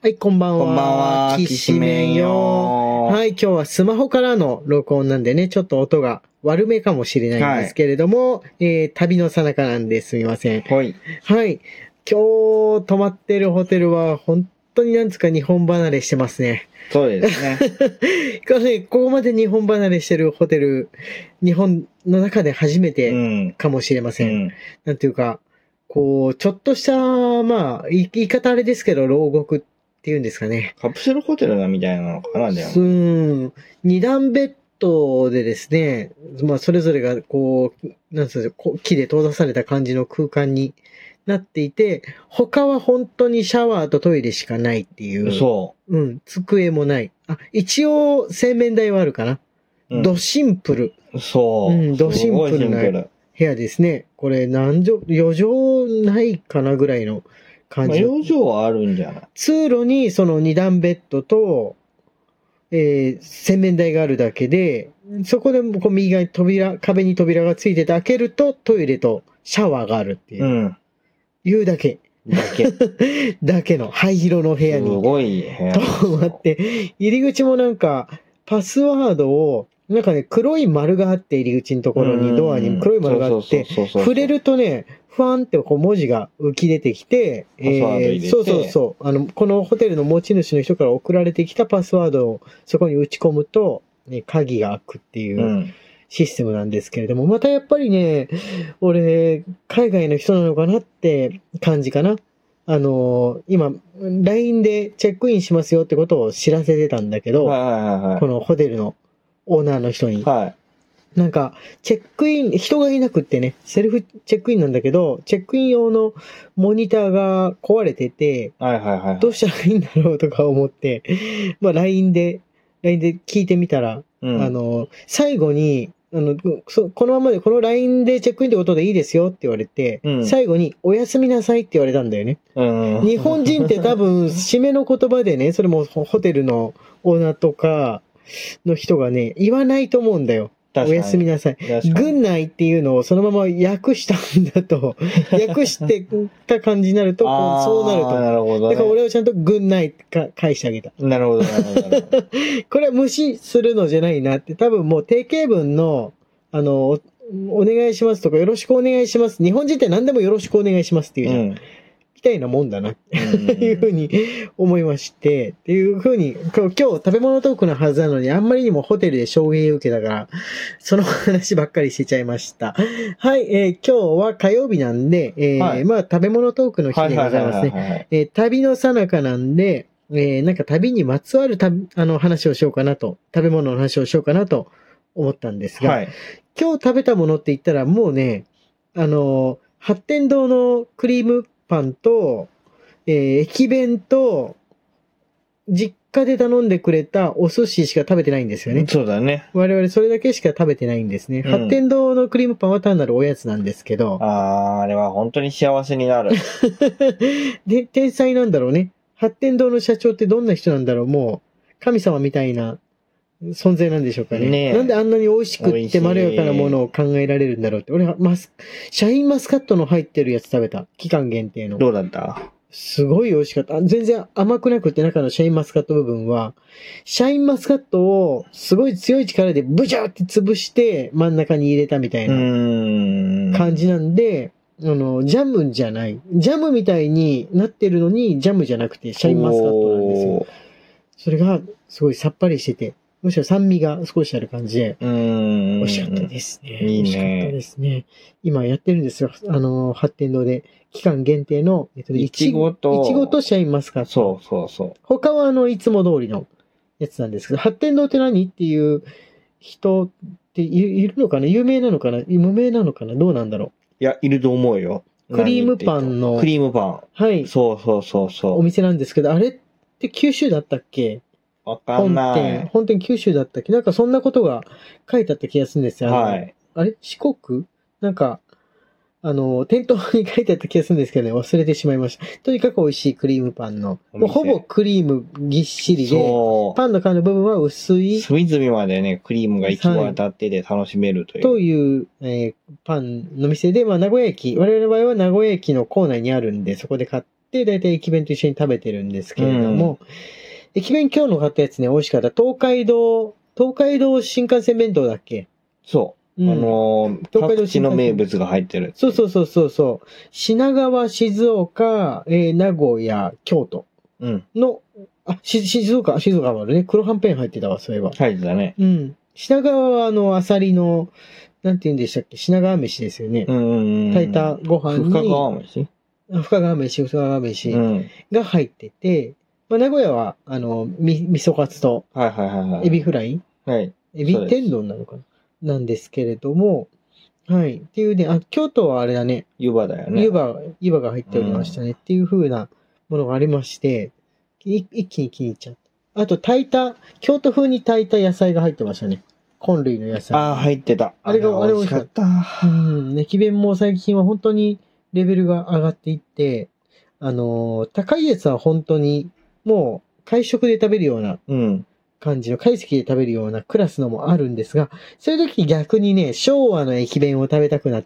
はい、こんばんは。 こんばんは。 きしめんよ。はい、今日はスマホからの録音なんでね、ちょっと音が悪めかもしれないんですけれども、旅の最中なんですみません。 はい。 はい。今日泊まってるホテルは本当になんつか日本離れしてますね。 そうですね。 ここまで日本離れしてるホテル、日本の中で初めてかもしれません。なんていうか、こう、ちょっとした、まあ、言い方あれですけど、牢獄っていうんですかね。 カプセルホテルみたいなのかな、でも。二段ベッドでですね、まあ、それぞれが、こう、なんつうんですか、木で閉ざされた感じの空間になっていて、他は本当にシャワーとトイレしかないっていう。 そう。 机もない。あ、一応、洗面台はあるかな。ドシンプル。 そう。 ドシンプルな部屋ですね。これ何畳、4畳ないかなぐらいの感じ。 4畳はあるんじゃない？ 通路にその二段ベッドと、洗面台があるだけで、そこでこう右側に壁に扉がついてて開けるとトイレとシャワーがあるっていう。いうだけ。だけの灰色の部屋に。 すごい部屋。 と思って、入り口もなんか、パスワードを、なんかね、黒い丸があって、入り口のところに、ドアに黒い丸があって、触れるとね、ふわんってこう文字が浮き出てきて、そう。このホテルの持ち主の人から送られてきたパスワードをそこに打ち込むと、ね、鍵が開くっていうシステムなんですけれども、またやっぱりね、俺、海外の人なのかなって感じかな。今、LINE でチェックインしますよってことを知らせてたんだけど、このホテルのオーナーの人に。なんか、チェックイン、人がいなくってね、セルフチェックインなんだけど、チェックイン用のモニターが壊れてて、どうしたらいいんだろうとか思って、まあ LINE で聞いてみたら、最後に、このままでこの LINE でチェックインってことでいいですよって言われて、最後におやすみなさいって言われたんだよね。日本人って多分、締めの言葉でね、それもホテルのオーナーとかの人がね、言わないと思うんだよ。おやすみなさい。軍内っていうのをそのまま訳したんだと、訳してた感じになると、そうなると。 なるほど、 だから俺はちゃんと軍内返してあげた。 なるほど。 これは無視するのじゃないなって、多分もう定型文の、お願いしますとかよろしくお願いします。日本人って何でもよろしくお願いしますっていうじゃん。みたいなもんだなっていうふうに思いまして、っていうふうに、今日食べ物トークのはずなのに、あんまりにもホテルで衝撃を受けたから、その話ばっかりしちゃいました。はい、今日は火曜日なんで、まあ食べ物トークの日でございますね。旅の最中なんで、なんか旅にまつわる話をしようかなと、食べ物の話をしようかなと思ったんですが、今日食べたものって言ったらもうね、八天堂のクリームパンと、駅弁と、実家で頼んでくれたお寿司しか食べてないんですよね。 そうだね。 我々それだけしか食べてないんですね。八天堂のクリームパンは単なるおやつなんですけど。 あれは本当に幸せになる。 で、天才なんだろうね。八天堂の社長ってどんな人なんだろう。もう、神様みたいな存在なんでしょうかね。なんであんなに美味しくってまろやかなものを考えられるんだろうって。俺はシャインマスカットの入ってるやつ食べた。期間限定の。 どうだった？ すごい美味しかった。全然甘くなくって中のシャインマスカット部分は、シャインマスカットをすごい強い力でブチャーって潰して真ん中に入れたみたいな感じなんで、ジャムじゃない。ジャムみたいになってるのにジャムじゃなくてシャインマスカットなんですよ。それがすごいさっぱりしてて、むしろ酸味が少しある感じで、美味しかったですね。 いいね。 美味しかったですね。今やってるんですよ。八天堂で。期間限定の、いちごとシャインマスカット。 そう。 他はいつも通りのやつなんですけど、八天堂って何っていう人っているのかな？有名なのかな？無名なのかな？どうなんだろう？ いや、いると思うよ。 クリームパンの。 クリームパン。 はい。 そう。 お店なんですけど、あれって九州だったっけ？ わかんない。 本店九州だったっけ？なんかそんなことが書いてあった気がするんですよ。 はい。 あれ四国？なんか、店頭に書いてあった気がするんですけどね、忘れてしまいました。とにかく美味しいクリームパンの、もうほぼクリームぎっしりで、パンの皮の部分は薄い。 隅々までね、クリームが行き渡ってて楽しめるという。 という、パンの店で、まあ名古屋駅、我々の場合は名古屋駅の構内にあるんで、そこで買っってだいたい駅弁と一緒に食べてるんですけれども、駅弁今日の買ったやつね、美味しかった。東海道新幹線弁当だっけ？ そう。東海道各地の名物が入ってる。 そう。品川、静岡、名古屋、京都の、静岡もあるね。黒はんぺん入ってたわ、そういえば。 入ってたね。 うん。品川はアサリの、なんて言うんでしたっけ？品川飯ですよね。炊いたご飯に。 深川飯が入ってて、まあ、名古屋は、味噌カツと、エビフライ、エビ天丼なのかななんですけれども、はい。っていうね、京都はあれだね。 湯葉だよね。 湯葉が入っておりましたね。っていう風なものがありまして、一気に気に入っちゃった。あと、京都風に炊いた野菜が入ってましたね。根類の野菜。 入ってた。 あれ美味しかった。駅弁も最近は本当にレベルが上がっていって、高いやつは本当にもう会食で食べるような感じの、懐石で食べるようなクラスのもあるんですが、そういう時に逆にね、昭和の駅弁を食べたくなって、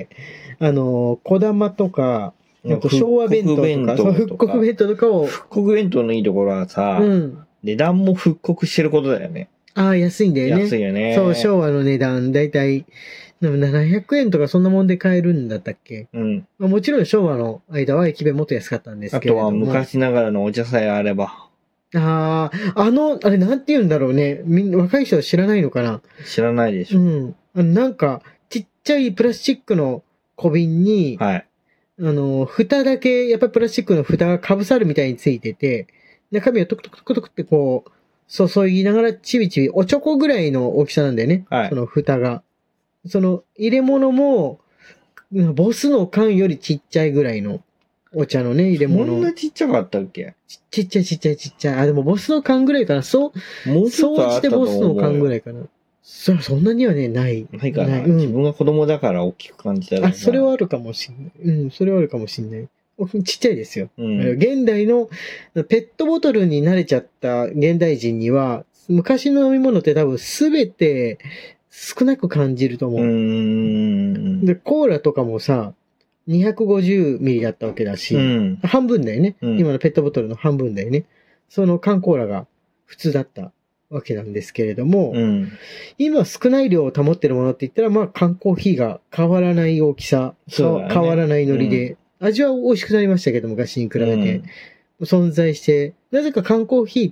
小玉とか、昭和弁当とか、復刻弁当とかを。 復刻弁当のいいところはさ、値段も復刻してることだよね。 安いんだよね。 安いよね。 そう、昭和の値段、だいたい、700円とかそんなもんで買えるんだったっけ？もちろん昭和の間は駅弁もっと安かったんですけれども。 あとは昔ながらのお茶さえあれば。 あれなんて言うんだろうね。若い人は知らないのかな？ 知らないでしょ。 なんか、ちっちゃいプラスチックの小瓶に、蓋だけ、やっぱりプラスチックの蓋がかぶさるみたいについてて、中身をトクトクトクトクってこう、注ぎながらちびちび、おちょこぐらいの大きさなんだよね。その蓋が。その入れ物も、ボスの缶よりちっちゃいぐらいのお茶のね、入れ物。 そんなちっちゃかったっけ？ ちっちゃい。でもボスの缶ぐらいかな。もうちょっとあったと思う。してボスの缶ぐらいかな。そんなにはね、ない。 ないかな。自分が子供だから大きく感じたら。 それはあるかもしんない。それはあるかもしんない。ちっちゃいですよ。現代のペットボトルに慣れちゃった現代人には、昔の飲み物って多分すべて少なく感じると思う。で、コーラとかもさ、250ミリだったわけだし、半分だよね。今のペットボトルの半分だよね。その缶コーラが普通だったわけなんですけれども、今少ない量を保ってるものって言ったら、缶コーヒーが変わらない大きさ、変わらない海苔で、味は美味しくなりましたけど、昔に比べて。存在して、なぜか缶コーヒーって、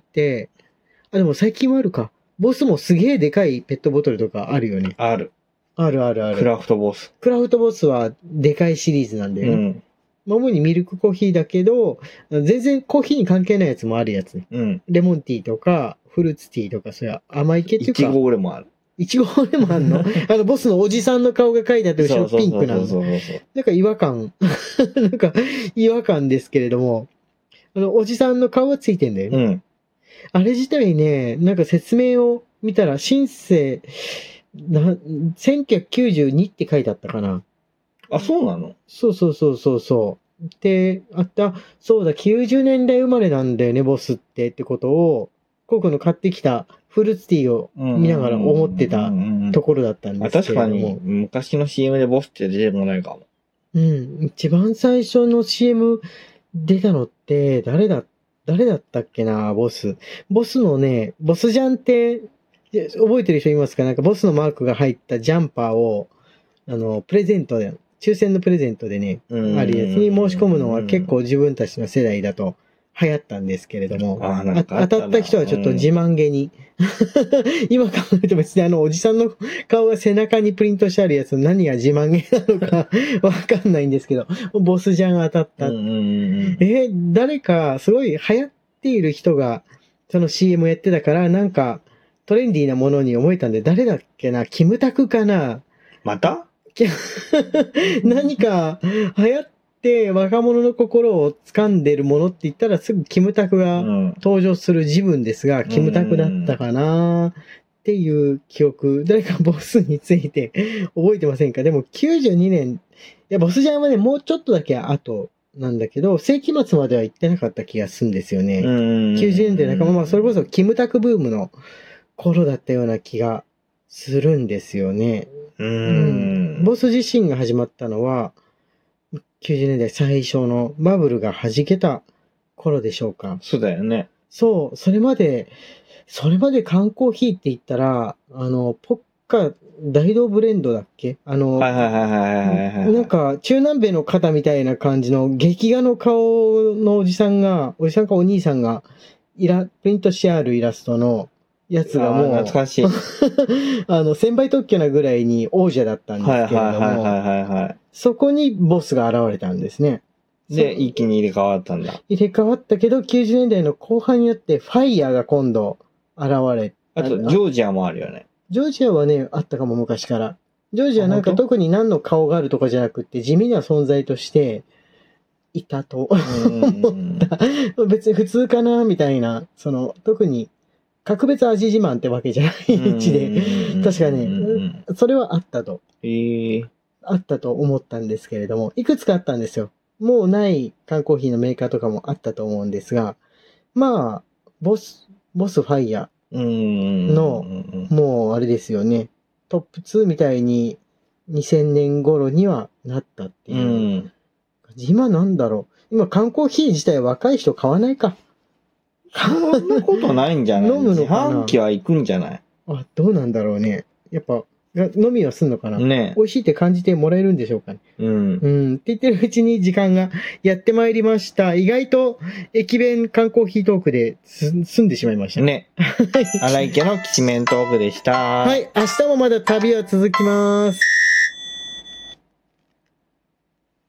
でも最近もあるか。ボスもすげえでかいペットボトルとかあるよね。 ある。 クラフトボス。 クラフトボスはでかいシリーズなんだよね。主にミルクコーヒーだけど、全然コーヒーに関係ないやつもあるやつね。レモンティーとか、フルーツティーとか、そういう甘い系っていうか。 いちごオレもある。 いちごオレもあるの？ボスのおじさんの顔が描いてあって後ろピンクなの。なんか違和感ですけれども、おじさんの顔がついてんだよね。あれ自体ね、なんか説明を見たら、1992って書いてあったかな。 そうなの？ そう。で、そうだ、90年代生まれなんだよね、ボスってことを、僕の買ってきたフルーツティーを見ながら思ってたところだったんですけれども。 確かに、昔の CM でボスって出てこないかも。 一番最初の CM 出たのって、誰だったっけな、ボス。ボスのね、ボスジャンって、覚えてる人いますか？なんかボスのマークが入ったジャンパーを、プレゼントで、抽選のプレゼントでね、あるやつに申し込むのは結構自分たちの世代だと流行ったんですけれども、当たった人はちょっと自慢げに、今考えると別におじさんの顔が背中にプリントしてあるやつ何が自慢げなのかわかんないんですけど、ボスジャン当たった。誰かすごい流行っている人がその CM やってたからなんかトレンディーなものに思えたんで、誰だっけな、キムタクかな？ また何か流行って若者の心を掴んでるものって言ったらすぐキムタクが登場する自分ですが、キムタクだったかなっていう記憶。誰かボスについて覚えてませんか？でも92年、いやボスジャンはね、もうちょっとだけ後なんだけど、世紀末までは行ってなかった気がするんですよね。90年代なんかそれこそキムタクブームの頃だったような気がするんですよね。ボス自身が始まったのは、 90年代最初のバブルが弾けた頃でしょうか。 そうだよね。 そう、それまで缶コーヒーって言ったら、ポッカ大道ブレンドだっけはいはいはいはいはい。 なんか、中南米の方みたいな感じの劇画の顔のおじさんかお兄さんが、プリントしてあるイラストのやつがもう、 懐かしい。 1000倍特許なぐらいに王者だったんですけれども、 はいはいはいはい。 そこにボスが現れたんですね。 で、一気に入れ替わったんだ。 入れ替わったけど、90年代の後半になって、ファイヤーが今度現れ、 あと、ジョージアもあるよね。 ジョージアはね、あったかも昔から。ジョージアなんか特に何の顔があるとかじゃなくて、地味な存在としていたと思った。別に普通かなみたいな、特に格別味自慢ってわけじゃない位置で、確かね、それはあったと。あったと思ったんですけれども、いくつかあったんですよ。もうない缶コーヒーのメーカーとかもあったと思うんですが、まあ、ボスファイヤーの、もうあれですよね、トップ2みたいに2000年頃にはなったっていう。今なんだろう。今缶コーヒー自体若い人買わないか。 そんなことないんじゃない？飲むのかな？自販機は行くんじゃない？ あ、どうなんだろうね。やっぱ、飲みはすんのかなね。美味しいって感じてもらえるんでしょうかね。って言ってるうちに時間がやってまいりました。意外と駅弁缶コーヒートークで済んでしまいましたね。荒井家のきしめんトークでした。はい。明日もまだ旅は続きます。